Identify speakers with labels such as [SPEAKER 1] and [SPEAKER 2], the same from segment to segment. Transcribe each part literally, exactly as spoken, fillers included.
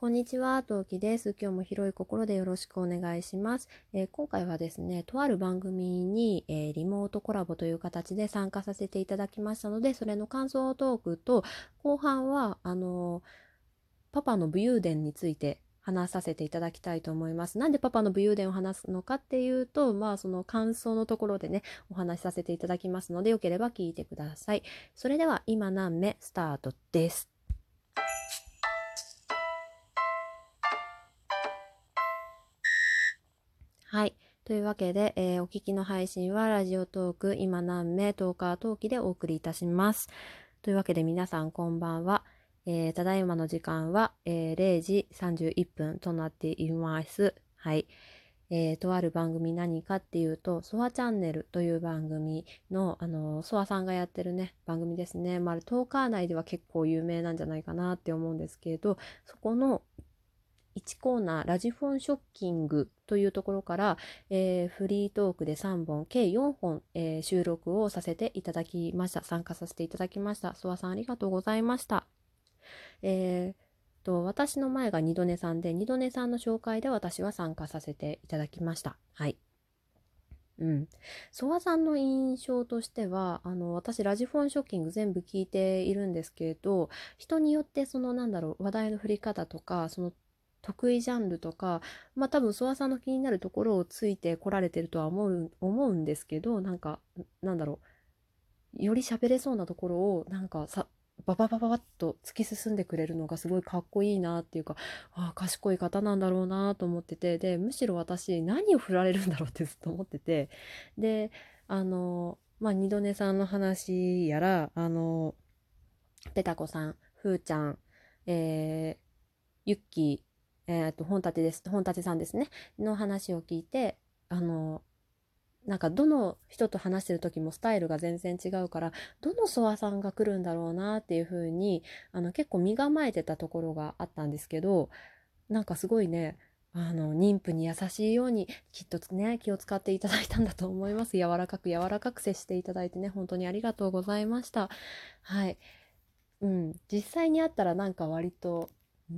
[SPEAKER 1] こんにちは、トウキです。今日も広い心でよろしくお願いします。えー今回はですね、とある番組に、えーリモートコラボという形で参加させていただきましたので、それの感想トークと、後半は、あのーパパの武勇伝について話させていただきたいと思います。なんでパパの武勇伝を話すのかっていうと、まあその感想のところでね、お話しさせていただきますので、よければ聞いてください。それでは今何目スタートです。はい。というわけで、えーお聞きの配信はラジオトーク今何名トーカートーキでお送りいたします。というわけで皆さんこんばんは。えーただいまの時間は、えーれいじさんじゅういっぷんとなっています。はい。えーとある番組何かっていうと、ソワチャンネルという番組の、あの、ソワさんがやってるね、番組ですね。まあ、トーカー内では結構有名なんじゃないかなって思うんですけど、そこのいちコーナーラジフォンショッキングというところから、えーフリートークでさんぼん計よんほん、えー収録をさせていただきました。参加させていただきました。ソワさんありがとうございました。えーと私の前が二度寝さんで、二度寝さんの紹介で私は参加させていただきました。はい。うん。ソワさんの印象としては、あの、私、ラジフォンショッキング全部聞いているんですけど、人によってその、なんだろう、話題の振り方とか、その、得意ジャンルとか、まあ多分、ソワさんの気になるところをついてこられてるとは思う、思うんですけど、なんか、なんだろう、より喋れそうなところを、なんかさ、バババババッと突き進んでくれるのがすごいかっこいいなっていうか、ああ、賢い方なんだろうなと思ってて、で、むしろ私、何を振られるんだろうってずっと思ってて、で、あの、まあ、二度寝さんの話やら、あの、ペタコさん、ふーちゃん、えー、ユッキー、えー、と、本立てです、本立てさんですね、の話を聞いて、あの、なんかどの人と話してる時もスタイルが全然違うから、どのソワさんが来るんだろうなっていう風に、あの結構身構えてたところがあったんですけど、なんかすごいね、あの妊婦に優しいようにきっとね気を使っていただいたんだと思います。柔らかく柔らかく接していただいてね、本当にありがとうございました。はい。うん、実際に会ったらなんか割と、うん、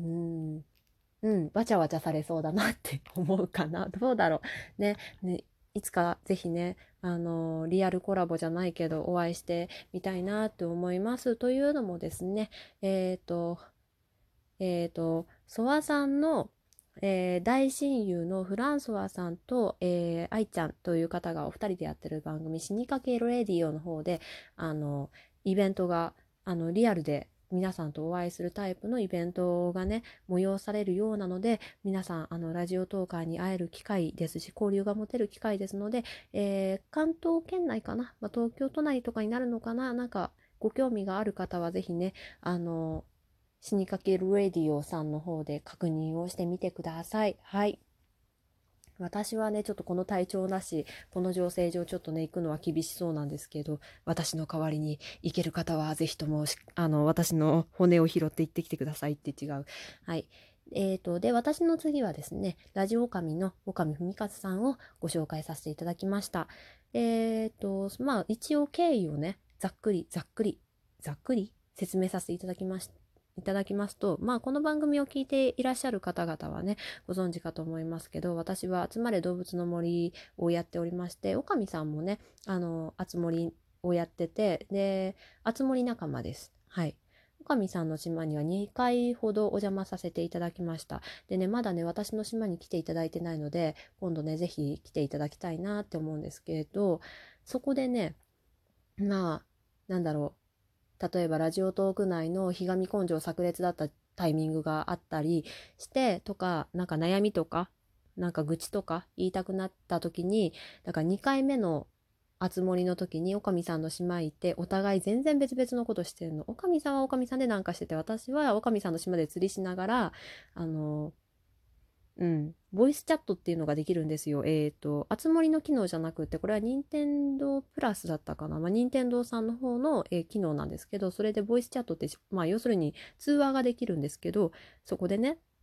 [SPEAKER 1] うん、わちゃわちゃされそうだなって思うかな。どうだろう。ね、ね、いつかぜひね、あの、リアルコラボじゃないけど、お会いしてみたいなと思います。というのもですね、えっと、えっと、ソワさんの、えー大親友のフランソワさんと、えー、愛ちゃんという方がお二人でやってる番組、死にかけレディオの方で、あの、イベントが、あの、リアルで皆さんとお会いするタイプのイベントがね、催されるようなので、皆さん、あの、ラジオトーカーに会える機会ですし、交流が持てる機会ですので、えー関東圏内かな、まあ、東京都内とかになるのかな、なんか、ご興味がある方はぜひね、あの、死にかけるレディオさんの方で確認をしてみてください。はい。私はね、ちょっとこの体調だし、この情勢上ちょっとね、行くのは厳しそうなんですけど、私の代わりに行ける方はぜひともあの、私の骨を拾って行ってきてくださいって違う。はい。えーと、で、私の次はですね、ラジオオカミのオカミ文和さんをご紹介させていただきました。えーと、まあ、一応経緯をね、ざっくり、ざっくり、ざっくり説明させていただきました。いただきますと、まあ、この番組を聞いていらっしゃる方々はね、ご存知かと思いますけど、私は集まれ動物の森をやっておりまして、おかみさんもね、あの、あつ森をやってて、で、あつ森仲間です。はい。おかみさんの島にはにかいほどお邪魔させていただきました。でね、まだね、私の島に来ていただいてないので、今度ね、ぜひ来ていただきたいなって思うんですけれど、そこでね、まあ、なんだろう。例えばラジオトーク内のひがみ根性炸裂だったタイミングがあったりしてとか、なんか悩みとかなんか愚痴とか言いたくなった時に、だからにかいめのあつ森の時におかみさんの島行って、お互い全然別々のことしてるの。おかみさんはおかみさんでなんかしてて、私はおかみさんの島で釣りしながら、あのうん、ボイスチャットっていうのができるんですよ。えっと、あつ森の機能じゃなくて、これは任天堂プラスだったかな。まあ、任天堂さんの方の、えー機能なんですけど、それでボイスチャットって、まあ、要するに通話ができるんですけど、そこでね、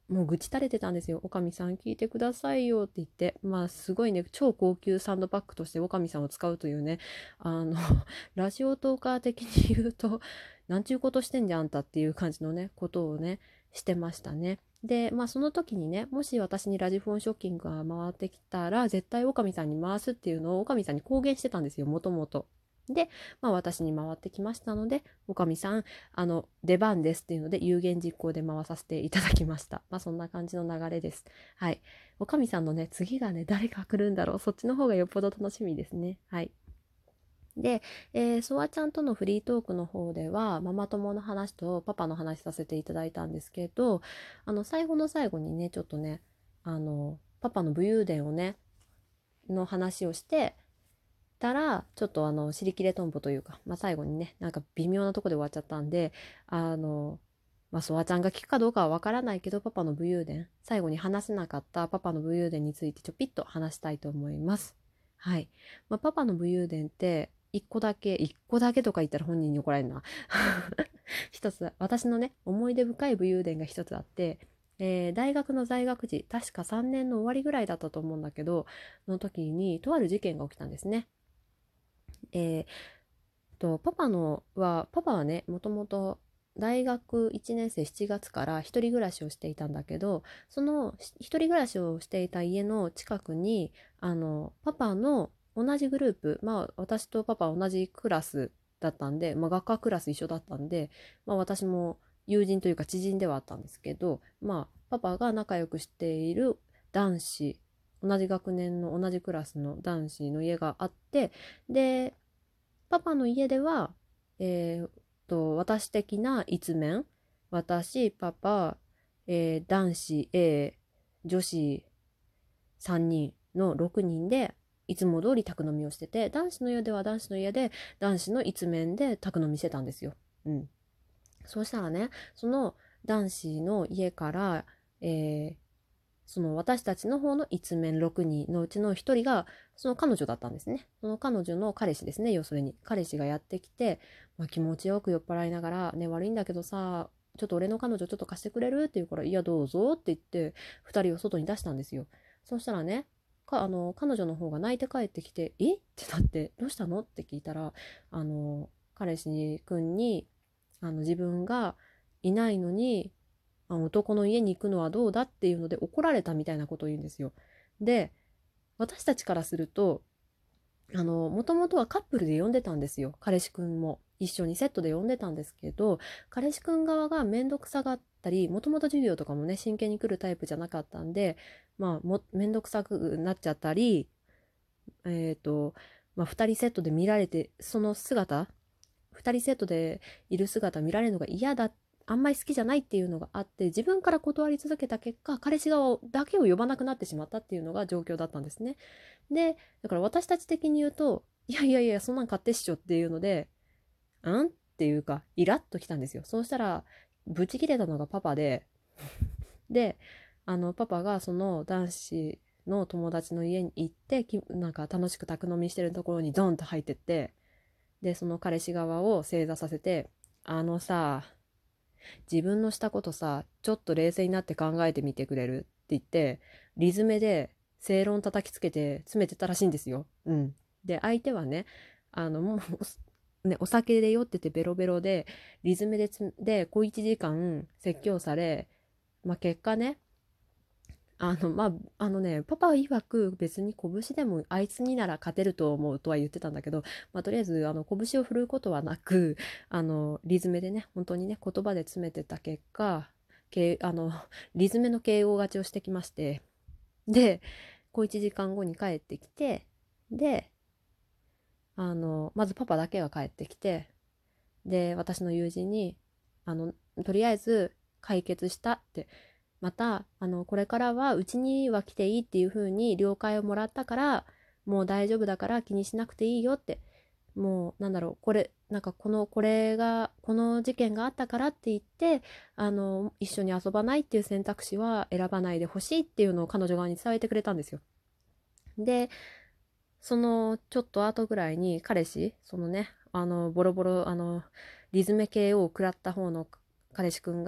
[SPEAKER 1] もう愚痴垂れてたんですよ。おかみさん聞いてくださいよって言って。まあすごいね、超高級サンドバッグとしておかみさんを使うというね、あの、ラジオトーカー的に言うと、なんちゅうことしてんじゃんあんたっていう感じのね、ことをね、してましたね。で、まあその時にね、もし私にラジフォンショッキングが回ってきたら、絶対おかみさんに回すっていうのをおかみさんに公言してたんですよ、もともと。で、まあ私に回ってきましたので、おかみさん、あの、出番ですっていうので、有言実行で回させていただきました。まあそんな感じの流れです。はい。おかみさんのね、次がね、誰が来るんだろう。そっちの方がよっぽど楽しみですね。はい。で、えー、ソワちゃんとのフリートークの方では、ママ友の話とパパの話させていただいたんですけど、あの、最後の最後にね、ちょっとね、あの、パパの武勇伝をね、の話をして、たらちょっとあの尻切れトンボというか、まあ、最後にねなんか微妙なとこで終わっちゃったんで、あのまあソワちゃんが聞くかどうかはわからないけど、パパの武勇伝、最後に話せなかったパパの武勇伝についてちょぴっと話したいと思います。はい、まあ、パパの武勇伝って一個だけ一個だけとか言ったら本人に怒られるな一つ私のね思い出深い武勇伝が一つあって、えー大学の在学時、確かさんねんの終わりぐらいだったと思うんだけど、の時にとある事件が起きたんですね。えーとパパのはパパはね、もともと大学いちねん生しちがつから一人暮らしをしていたんだけど、その一人暮らしをしていた家の近くに、あのパパの同じグループ、まあ私とパパ同じクラスだったんで、まあ、学科クラス一緒だったんで、まあ、私も友人というか知人ではあったんですけど、まあパパが仲良くしている男子、同じ学年の同じクラスの男子の家があって、でパパの家では、えーと、私的な一面、私、パパ、えー男子 A、女子さんにんのろくにんで、いつも通り宅飲みをしてて、男子の家では男子の家で、男子の一面で宅飲みしてたんですよ。うん。そうしたらね、その男子の家から、えーその私たちの方の一面ろくにんのうちのひとりがその彼女だったんですね。その彼女の彼氏ですね。要するに彼氏がやってきて、まあ、気持ちよく酔っ払いながらね、悪いんだけどさ、ちょっと俺の彼女ちょっと貸してくれるって言うから、いやどうぞって言ってふたりを外に出したんですよ。そしたらね、かあの彼女の方が泣いて帰ってきて、えってなって、どうしたのって聞いたら、あの彼氏くんに、あの自分がいないのにあ男の家に行くのはどうだっていうので怒られたみたいなことを言うんですよ。で、私たちからすると、あの、もともとはカップルで呼んでたんですよ。彼氏くんも一緒にセットで呼んでたんですけど、彼氏くん側がめんどくさがったり、もともと授業とかもね、真剣に来るタイプじゃなかったんで、まあ、もめんどくさくなっちゃったり、えっと、まあ、ふたりセットで見られて、その姿、ふたりセットでいる姿見られるのが嫌だ、あんまり好きじゃないっていうのがあって、自分から断り続けた結果、彼氏側だけを呼ばなくなってしまったっていうのが状況だったんですね。で、だから私たち的に言うと、いやいやいや、そんなん勝手っしょっていうので、んっていうか、イラッときたんですよ。そうしたら、ブチ切れたのがパパで、で、あの、パパがその男子の友達の家に行って、きなんか楽しく宅飲みしてるところにドンと入ってって、で、その彼氏側を正座させて、あのさ、自分のしたことさ、ちょっと冷静になって考えてみてくれるって言って、リズメで正論叩きつけて詰めてたらしいんですよ。うん。で、相手はね、あの、もう、ね、お酒で酔っててベロベロで、リズメでつで小いちじかん説教され、まあ、結果ね、あの、まあ、あのね、パパ曰く別に拳でもあいつになら勝てると思うとは言ってたんだけど、まあ、とりあえず、あの、拳を振るうことはなく、あの、リズメでね、本当にね、言葉で詰めてた結果、けあの、リズメの ケーオー 勝ちをしてきまして、で、小いちじかんごに帰ってきて、で、あの、まずパパだけが帰ってきて、で、私の友人に、あの、とりあえず解決したって、また、あの、これからはうちには来ていいっていう風に了解をもらったから、もう大丈夫だから気にしなくていいよって、もう、なんだろう、これ、なんかこの、これが、この事件があったからって言って、あの、一緒に遊ばないっていう選択肢は選ばないでほしいっていうのを彼女側に伝えてくれたんですよ。で、そのちょっと後ぐらいに彼氏、そのね、あの、ボロボロ、あの、リズム系を食らった方の彼氏くんがね、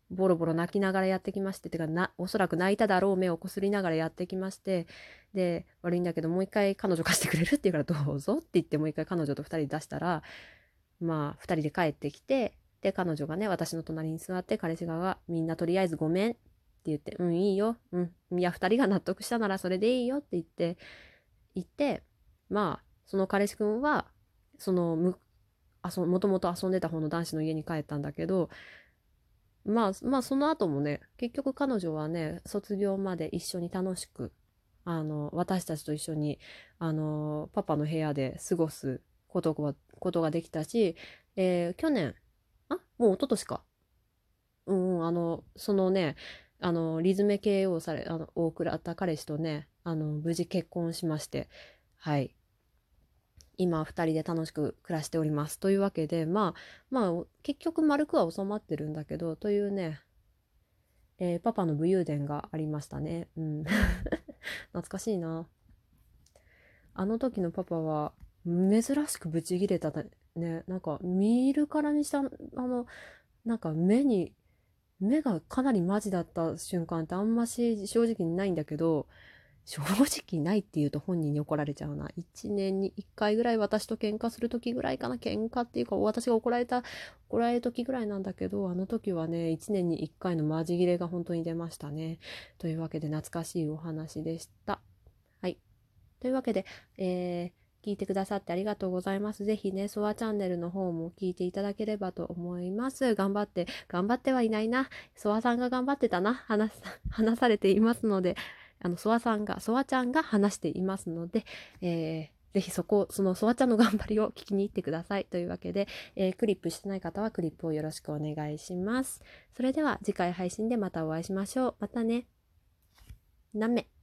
[SPEAKER 1] ボロボロ泣きながらやってきまして、てかな、おそらく泣いただろう目をこすりながらやってきまして、で、悪いんだけどもう一回彼女貸してくれるって言うからどうぞって言ってもう一回彼女と二人出したら、まあ二人で帰ってきて、で、彼女がね、私の隣に座って、彼氏側がみんなとりあえずごめんって言って、うん、いいよ。うん。いや、二人が納得したならそれでいいよって言って、言って、まあ、その彼氏くんは、その、む、あそ、もともと遊んでた方の男子の家に帰ったんだけど、まあ、まあ、その後もね、結局彼女はね、卒業まで一緒に楽しく、あの、私たちと一緒に、あの、パパの部屋で過ごすことが、ことができたし、えー去年、あ、もう一昨年か。うんうん、あの、そのね、あの、リズム系をされ、あの、を食らった彼氏とね、あの、無事結婚しまして、はい。今二人で楽しく暮らしております。というわけで、まあ、まあ、結局丸くは収まってるんだけど、というね、えーパパの武勇伝がありましたね。うん。懐かしいな。あの時のパパは、珍しくブチギレたね。なんか、見るからにした、あの、なんか目に、目がかなりマジだった瞬間ってあんまし正直にないんだけど、正直ないって言うと本人に怒られちゃうな。一年に一回ぐらい私と喧嘩する時ぐらいかな。喧嘩っていうか、私が怒られた、怒られる時ぐらいなんだけど、あの時はね、一年に一回のマジ切れが本当に出ましたね。というわけで懐かしいお話でした。はい。というわけで、えー聞いてくださってありがとうございます。ぜひね、ソワチャンネルの方も聞いていただければと思います。頑張って、頑張ってはいないな。ソワさんが頑張ってたな。話、話されていますので、あの、ソワさんが、ソワちゃんが話していますので、えーぜひそこ、そのソワちゃんの頑張りを聞きに行ってください。というわけで、えークリップしてない方はクリップをよろしくお願いします。それでは次回配信でまたお会いしましょう。またね。なめ。